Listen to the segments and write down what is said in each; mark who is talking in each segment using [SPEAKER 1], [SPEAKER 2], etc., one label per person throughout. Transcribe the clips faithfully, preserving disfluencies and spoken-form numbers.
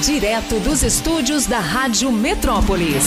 [SPEAKER 1] Direto dos estúdios da Rádio Metrópolis.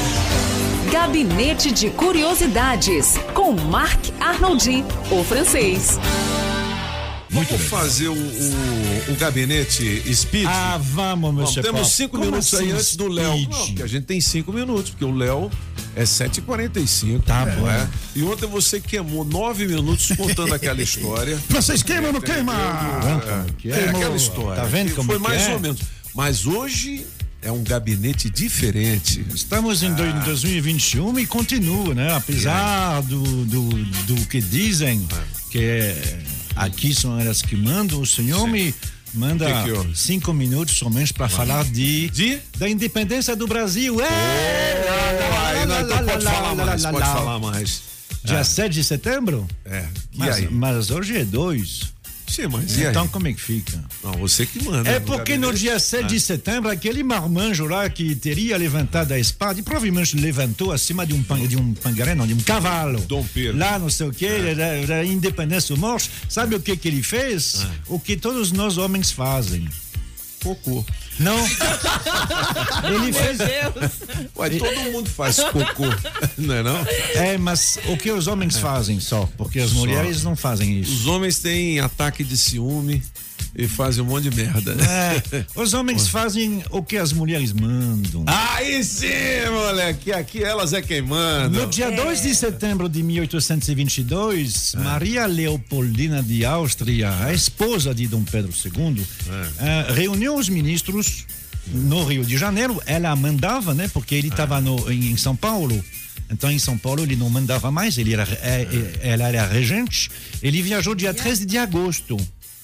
[SPEAKER 1] Gabinete de Curiosidades, com Marc Arnoldi, o francês.
[SPEAKER 2] Muito vamos bem. fazer o, o, o gabinete Speed?
[SPEAKER 3] Ah, vamos, meu
[SPEAKER 2] Bom, Temos cinco
[SPEAKER 3] Como
[SPEAKER 2] minutos
[SPEAKER 3] assim,
[SPEAKER 2] aí antes do Léo. Não, porque a gente tem cinco minutos, porque o Léo é sete e quarenta e cinco.
[SPEAKER 3] Tá bom.
[SPEAKER 2] É? E ontem você queimou nove minutos contando aquela história.
[SPEAKER 3] Vocês queimam ou não queimam?
[SPEAKER 2] É, é, é aquela história.
[SPEAKER 3] Tá vendo como
[SPEAKER 2] Foi mais
[SPEAKER 3] é?
[SPEAKER 2] ou menos. Mas hoje é um gabinete diferente.
[SPEAKER 3] Estamos em ah. dois mil e vinte e um e continua, né? Apesar do, do, do que dizem, que aqui são elas que mandam, o senhor Sim. me manda que que cinco minutos somente para falar de,
[SPEAKER 2] de
[SPEAKER 3] da independência do Brasil. É!
[SPEAKER 2] Oh, não, então pode falar mais, pode falar mais.
[SPEAKER 3] Dia
[SPEAKER 2] é.
[SPEAKER 3] sete de setembro?
[SPEAKER 2] É. E
[SPEAKER 3] mas,
[SPEAKER 2] aí?
[SPEAKER 3] mas hoje é dois.
[SPEAKER 2] Sim, mas e
[SPEAKER 3] então
[SPEAKER 2] aí?
[SPEAKER 3] como é que fica?
[SPEAKER 2] Não, você que manda.
[SPEAKER 3] É porque no dia sete de setembro, aquele marmanjo lá que teria levantado a espada, e provavelmente levantou acima de um, pan, de um pangaré, não, de um cavalo.
[SPEAKER 2] Dom Pedro.
[SPEAKER 3] Lá, não sei o que, é. da, da independência ou morte. Sabe o que que ele fez? É. O que todos nós homens fazem.
[SPEAKER 2] Cocô.
[SPEAKER 3] Não. Ele fez.
[SPEAKER 2] Ué, todo mundo faz cocô, não é não?
[SPEAKER 3] É, mas o que os homens é. fazem só? Porque as só. mulheres não fazem isso.
[SPEAKER 2] Os homens têm ataque de ciúme e fazem um monte de merda.
[SPEAKER 3] É, os homens fazem o que as mulheres mandam.
[SPEAKER 2] Aí sim, moleque, aqui elas é quem manda.
[SPEAKER 3] No dia dois de setembro de mil oitocentos e vinte e dois, é. Maria Leopoldina de Áustria, a esposa de Dom Pedro segundo, é. uh, reuniu os ministros no Rio de Janeiro. Ela mandava, né? Porque ele estava é. em São Paulo. Então, em São Paulo, ele não mandava mais, ele era, é. ela era regente. Ele viajou dia treze de agosto.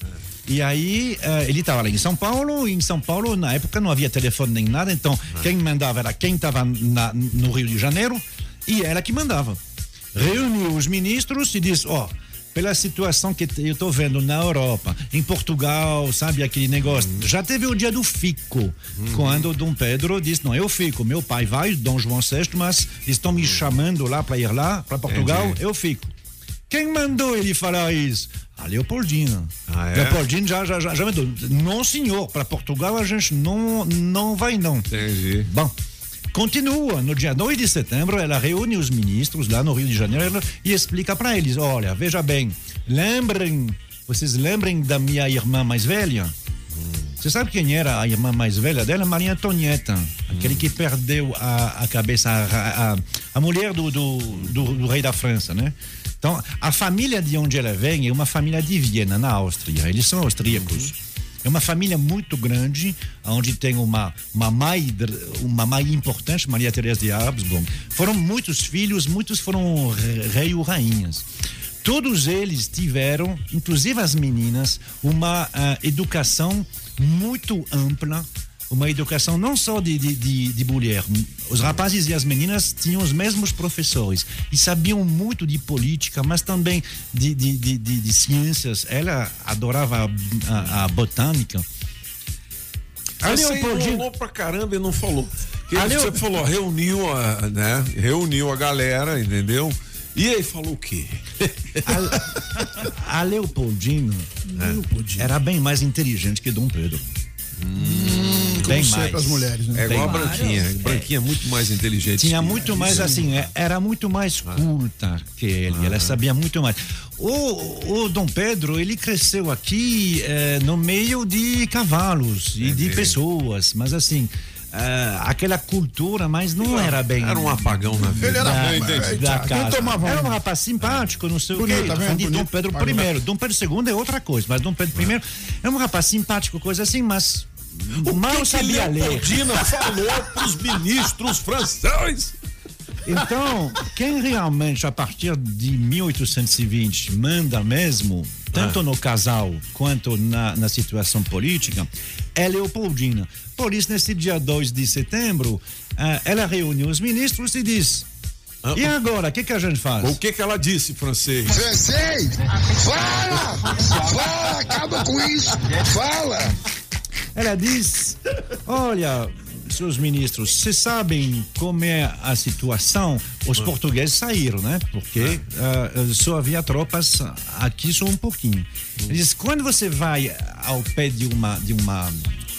[SPEAKER 3] E aí, uh, ele estava lá em São Paulo, e em São Paulo, na época, não havia telefone nem nada, então ah. quem mandava era quem estava no Rio de Janeiro, e ela que mandava. Reuniu os ministros e disse, ó, oh, pela situação que eu estou vendo na Europa, em Portugal, sabe, aquele negócio, uhum. já teve o dia do fico, uhum. quando Dom Pedro disse, não, eu fico, meu pai vai, Dom João sexto, mas estão me chamando lá para ir lá, para Portugal, Entendi. eu fico. Quem mandou ele falar isso? A Leopoldina.
[SPEAKER 2] Ah, é?
[SPEAKER 3] Leopoldina já, já, já, já mandou. Não, senhor, para Portugal a gente não, não vai, não.
[SPEAKER 2] Entendi.
[SPEAKER 3] Bom, continua. No dia dois de setembro, ela reúne os ministros lá no Rio de Janeiro e explica para eles: olha, veja bem, lembrem, vocês lembrem da minha irmã mais velha? Você sabe quem era a irmã mais velha dela? Maria Antonieta, hum. aquele que perdeu a, a cabeça, a, a, a mulher do, do, do, do rei da França, né? Então, a família de onde ela vem é uma família de Viena, na Áustria. Eles são austríacos. Uhum. É uma família muito grande, onde tem uma, uma, mãe, uma mãe importante, Maria Teresa de Habsburg. Foram muitos filhos, muitos foram rei ou rainhas. Todos eles tiveram, inclusive as meninas, uma uh, educação muito ampla, uma educação não só de, de, de, de mulher. Os rapazes e as meninas tinham os mesmos professores e sabiam muito de política, mas também de, de, de, de, de ciências. Ela adorava a, a, a botânica.
[SPEAKER 2] A Leopoldina falou pra caramba e não falou. Que a Leo... Você falou, reuniu a, né? Reuniu a galera, entendeu? E aí falou o quê?
[SPEAKER 3] A, a Leopoldina, é. era bem mais inteligente que Dom Pedro.
[SPEAKER 2] Hum,
[SPEAKER 3] bem mais.
[SPEAKER 4] As mulheres, né?
[SPEAKER 2] É igual
[SPEAKER 3] bem
[SPEAKER 2] a Branquinha.
[SPEAKER 3] mais.
[SPEAKER 2] Branquinha é muito mais inteligente.
[SPEAKER 3] Tinha muito mais
[SPEAKER 2] Sim.
[SPEAKER 3] assim, era muito mais culta que ele. Ah. Ela sabia muito mais. O, o Dom Pedro, ele cresceu aqui eh, no meio de cavalos e é de pessoas, mas assim. Uh, aquela cultura, mas não era, era bem.
[SPEAKER 2] Era um apagão na vida.
[SPEAKER 4] Ele era
[SPEAKER 3] da,
[SPEAKER 4] bem,
[SPEAKER 3] da casa.
[SPEAKER 4] Tomava um...
[SPEAKER 3] Era um rapaz simpático, não sei
[SPEAKER 4] bonito,
[SPEAKER 3] o quê.
[SPEAKER 4] Tá vendo?
[SPEAKER 3] De Dom Pedro primeiro. Dom Pedro segundo é outra coisa, mas Dom Pedro primeiro é um rapaz simpático, coisa assim, mas
[SPEAKER 2] o
[SPEAKER 3] mal
[SPEAKER 2] que
[SPEAKER 3] sabia
[SPEAKER 2] que
[SPEAKER 3] ler.
[SPEAKER 2] Leopoldina falou pros ministros franceses.
[SPEAKER 3] Então, quem realmente, a partir de mil oitocentos e vinte, manda mesmo, tanto ah. no casal quanto na, na situação política, é Leopoldina. Por isso, nesse dia dois de setembro, uh, ela reúne os ministros e diz: ah, e agora, o que, que a gente faz?
[SPEAKER 2] O que, que ela disse, francês?
[SPEAKER 5] Francês? Fala! Fala! Acaba com isso! Fala!
[SPEAKER 3] Ela diz: olha, seus ministros, vocês sabem como é a situação? Os ah. portugueses saíram, né? Porque ah. uh, só havia tropas aqui só um pouquinho. Ele diz: quando você vai ao pé de uma, de uma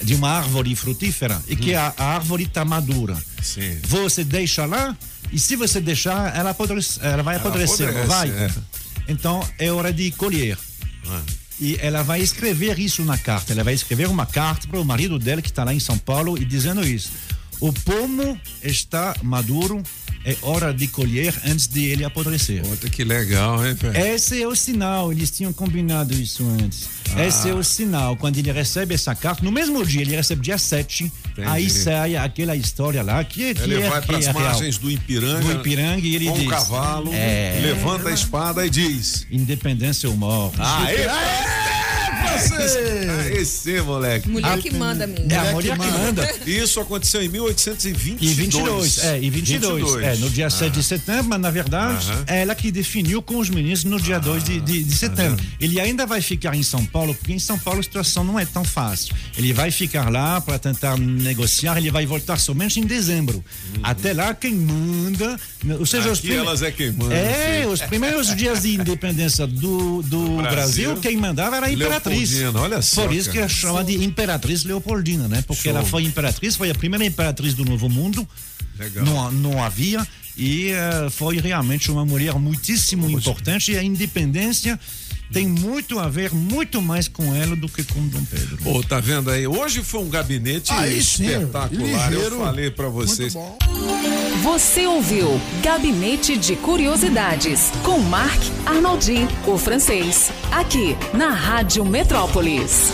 [SPEAKER 3] de uma árvore frutífera e que a, a árvore está madura.
[SPEAKER 2] Sim.
[SPEAKER 3] Você deixa lá e se você deixar, ela, apodrece, ela vai apodrecer,
[SPEAKER 2] ela
[SPEAKER 3] não vai?
[SPEAKER 2] É.
[SPEAKER 3] Então é hora de colher. Ah. E ela vai escrever isso na carta. Ela vai escrever uma carta para o marido dela que está lá em São Paulo e dizendo isso. O pomo está maduro, é hora de colher antes de ele apodrecer.
[SPEAKER 2] Puta, que legal, hein, velho?
[SPEAKER 3] Esse é o sinal, eles tinham combinado isso antes. Ah. Esse é o sinal, quando ele recebe essa carta, no mesmo dia, ele recebe dia sete, entendi. Aí sai aquela história lá que é que
[SPEAKER 2] Ele
[SPEAKER 3] é,
[SPEAKER 2] vai para as
[SPEAKER 3] é
[SPEAKER 2] margens do Ipiranga,
[SPEAKER 3] do Ipiranga e ele
[SPEAKER 2] com
[SPEAKER 3] diz,
[SPEAKER 2] um cavalo,
[SPEAKER 3] é,
[SPEAKER 2] levanta a espada e diz:
[SPEAKER 3] independência ou morte.
[SPEAKER 2] Ah, é, é, você! Esse moleque.
[SPEAKER 4] Mulher que manda, menino.
[SPEAKER 3] É a mulher que manda.
[SPEAKER 2] Isso aconteceu em mil oitocentos e vinte e dois.
[SPEAKER 3] É, em vinte e dois. É, no dia ah. sete de setembro, mas na verdade ah. é ela que definiu com os ministros no dia ah. dois de, de, de setembro. Ah. Ele ainda vai ficar em São Paulo, porque em São Paulo a situação não é tão fácil. Ele vai ficar lá para tentar negociar, ele vai voltar somente em dezembro. Uhum. Até lá, quem manda. Ou seja,
[SPEAKER 2] Aqui
[SPEAKER 3] os prime...
[SPEAKER 2] elas é quem manda.
[SPEAKER 3] É, os primeiros dias de independência do, do Brasil, Brasil, quem mandava era a Imperatriz.
[SPEAKER 2] Olha só,
[SPEAKER 3] por isso
[SPEAKER 2] cara.
[SPEAKER 3] que é chamada de Imperatriz Leopoldina, né? Porque Show. Ela foi imperatriz, foi a primeira imperatriz do Novo Mundo.
[SPEAKER 2] Legal.
[SPEAKER 3] Não, não havia. E uh, foi realmente uma mulher muitíssimo Hoje. importante. E a independência tem muito a ver, muito mais com ela do que com Dom Pedro.
[SPEAKER 2] Pô, oh, tá vendo aí? Hoje foi um gabinete aí, espetacular. Ligeiro. Eu falei pra vocês.
[SPEAKER 1] Você ouviu Gabinete de Curiosidades com Marc Arnoldi, o francês, aqui na Rádio Metrópolis.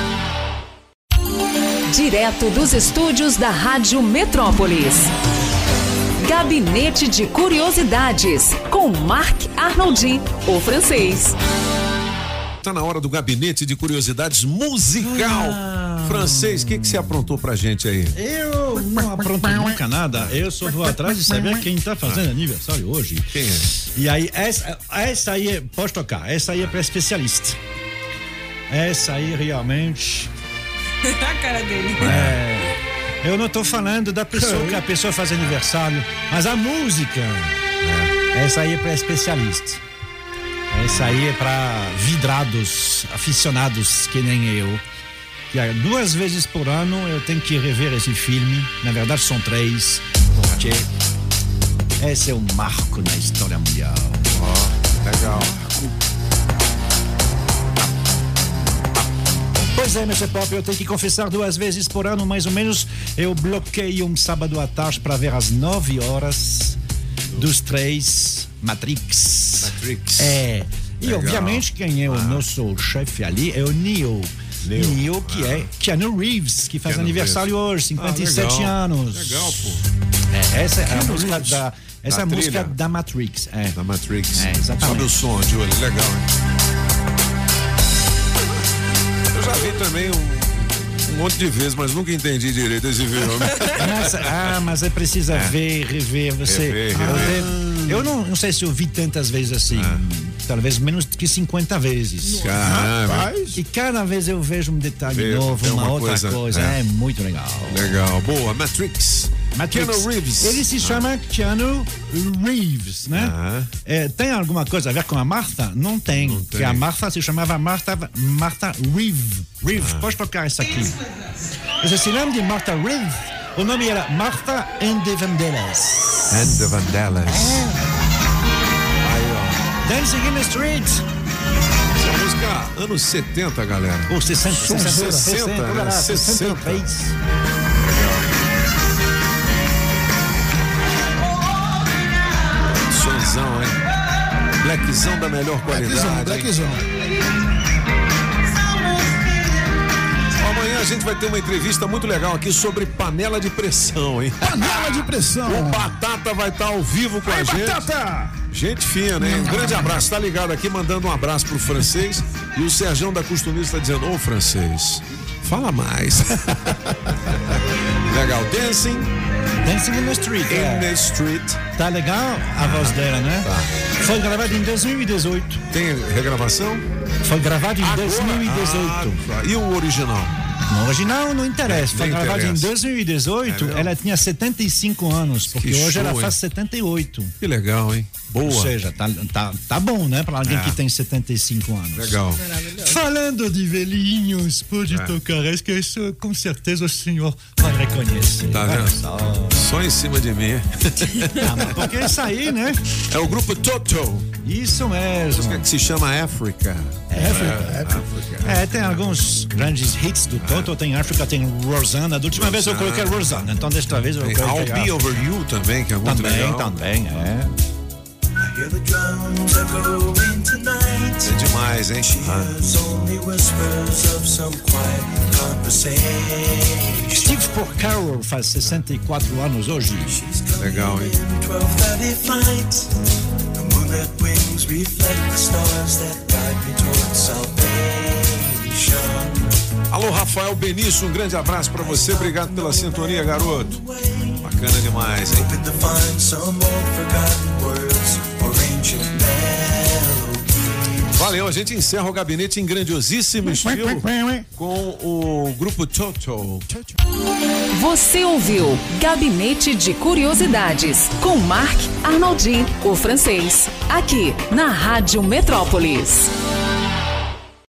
[SPEAKER 1] Direto dos estúdios da Rádio Metrópolis. Gabinete de Curiosidades com Marc Arnoldi, o francês.
[SPEAKER 2] Tá na hora do Gabinete de Curiosidades musical. Ah. Francês, o que que você aprontou pra gente aí?
[SPEAKER 3] Eu não apronto nunca nada. Eu só vou atrás de saber quem tá fazendo ah. aniversário hoje.
[SPEAKER 2] Quem é?
[SPEAKER 3] E aí, essa, essa aí, pode tocar, essa aí é pra especialista. Essa aí realmente...
[SPEAKER 4] A cara dele.
[SPEAKER 3] É... Eu não tô falando da pessoa que a pessoa faz aniversário, mas a música. É. Essa aí é pra especialista. Essa aí é pra vidrados, aficionados que nem eu. Que duas vezes por ano eu tenho que rever esse filme. Na verdade são três, porque esse é um marco na história mundial.
[SPEAKER 2] Ó, oh, legal.
[SPEAKER 3] Pois é, meu Pop, eu tenho que confessar, duas vezes por ano, mais ou menos, eu bloqueio um sábado à tarde para ver às nove horas dos três Matrix.
[SPEAKER 2] Matrix.
[SPEAKER 3] É. E legal. Obviamente quem é o ah. nosso chefe ali é o Neo. Neo, Neo que ah. é Keanu Reeves, que faz Keanu aniversário Reeves. Hoje, cinquenta e sete
[SPEAKER 2] ah,
[SPEAKER 3] anos.
[SPEAKER 2] Legal, pô.
[SPEAKER 3] É, essa é a música da, essa é a música da Matrix. É.
[SPEAKER 2] Da Matrix.
[SPEAKER 3] É, exatamente.
[SPEAKER 2] Sobe o som de olho, legal, hein? Eu já vi também um, um monte de vezes, mas nunca entendi direito esse filme.
[SPEAKER 3] Mas, ah, mas é preciso é. ver, rever. Você,
[SPEAKER 2] rever,
[SPEAKER 3] ah,
[SPEAKER 2] rever.
[SPEAKER 3] Eu não, não sei se eu vi tantas vezes assim. Ah. Talvez menos que cinquenta vezes.
[SPEAKER 2] Caramba.
[SPEAKER 3] E cada vez eu vejo um detalhe Vejo, novo, uma, uma outra coisa. coisa. É. é muito legal.
[SPEAKER 2] Legal. Boa. Matrix.
[SPEAKER 3] Matrix.
[SPEAKER 2] Keanu Reeves.
[SPEAKER 3] Ele se chama ah. Keanu Reeves, né? Ah. É, tem alguma coisa a ver com a Martha? Não tem. Não porque tem. A Martha se chamava Martha, Martha Reeve. Reeve, ah. pode tocar isso aqui. Você se lembra de Martha Reeve? O nome era Martha and the Vandellas.
[SPEAKER 2] And the Vandellas.
[SPEAKER 3] É. Dancing in the Street.
[SPEAKER 2] Essa música anos setenta, galera.
[SPEAKER 3] Ou sessenta, sessenta,
[SPEAKER 2] sessenta, sessenta, né?
[SPEAKER 3] sessenta.
[SPEAKER 2] Sonzão, hein? Blackzão da melhor qualidade.
[SPEAKER 5] Blackzão, Blackzão.
[SPEAKER 2] Amanhã a gente vai ter uma entrevista muito legal aqui sobre panela de pressão, hein?
[SPEAKER 5] Panela de pressão.
[SPEAKER 2] O Batata vai estar ao vivo com Ai, a gente.
[SPEAKER 5] Batata!
[SPEAKER 2] Gente fina, hein? Um grande abraço. Tá ligado aqui, mandando um abraço pro francês. E o Serjão da Costumista tá dizendo: ô, oh, francês, fala mais. Legal. Dancing.
[SPEAKER 3] Dancing in the Street.
[SPEAKER 2] In
[SPEAKER 3] é.
[SPEAKER 2] the Street.
[SPEAKER 3] Tá legal a voz dela, né?
[SPEAKER 2] Tá.
[SPEAKER 3] Foi gravado em dois mil e dezoito.
[SPEAKER 2] Tem regravação?
[SPEAKER 3] Foi gravado em
[SPEAKER 2] Agora?
[SPEAKER 3] dois mil e dezoito.
[SPEAKER 2] Ah, e o original?
[SPEAKER 3] No original não interessa. Foi gravado
[SPEAKER 2] interessa.
[SPEAKER 3] em dois mil e dezoito. É ela tinha setenta e cinco anos, porque que hoje show, ela faz hein? setenta e oito.
[SPEAKER 2] Que legal, hein? Boa.
[SPEAKER 3] Ou seja, tá, tá, tá bom, né? Para alguém
[SPEAKER 2] é.
[SPEAKER 3] que tem setenta e cinco anos.
[SPEAKER 2] Legal.
[SPEAKER 3] Falando de velhinhos, pode é. tocar. Acho que isso, com certeza, o senhor vai reconhecer.
[SPEAKER 2] Tá vendo? Só. Só em cima de mim.
[SPEAKER 3] Ah, mas porque isso aí, né?
[SPEAKER 2] É o grupo Toto.
[SPEAKER 3] Isso mesmo.
[SPEAKER 2] Música que se chama África.
[SPEAKER 3] África. É, é, tem alguns grandes hits do Toto. Tem África, tem Rosanna. Da última Rosanna. vez eu coloquei Rosanna, então desta vez eu
[SPEAKER 2] tem
[SPEAKER 3] coloquei
[SPEAKER 2] I'll Be Over You também, que é muito
[SPEAKER 3] também,
[SPEAKER 2] legal.
[SPEAKER 3] Também, também, é.
[SPEAKER 2] É demais, hein? Ah.
[SPEAKER 3] Steve Porcaro faz sessenta e quatro anos hoje.
[SPEAKER 2] Legal, hein? Alô, Rafael Benício, um grande abraço pra você, obrigado pela sintonia, garoto. Bacana demais, hein? Valeu, a gente encerra o gabinete em grandiosíssimo estilo com o grupo Toto.
[SPEAKER 1] Você ouviu Gabinete de Curiosidades com Marc Arnoldi, o francês, aqui na Rádio Metrópolis.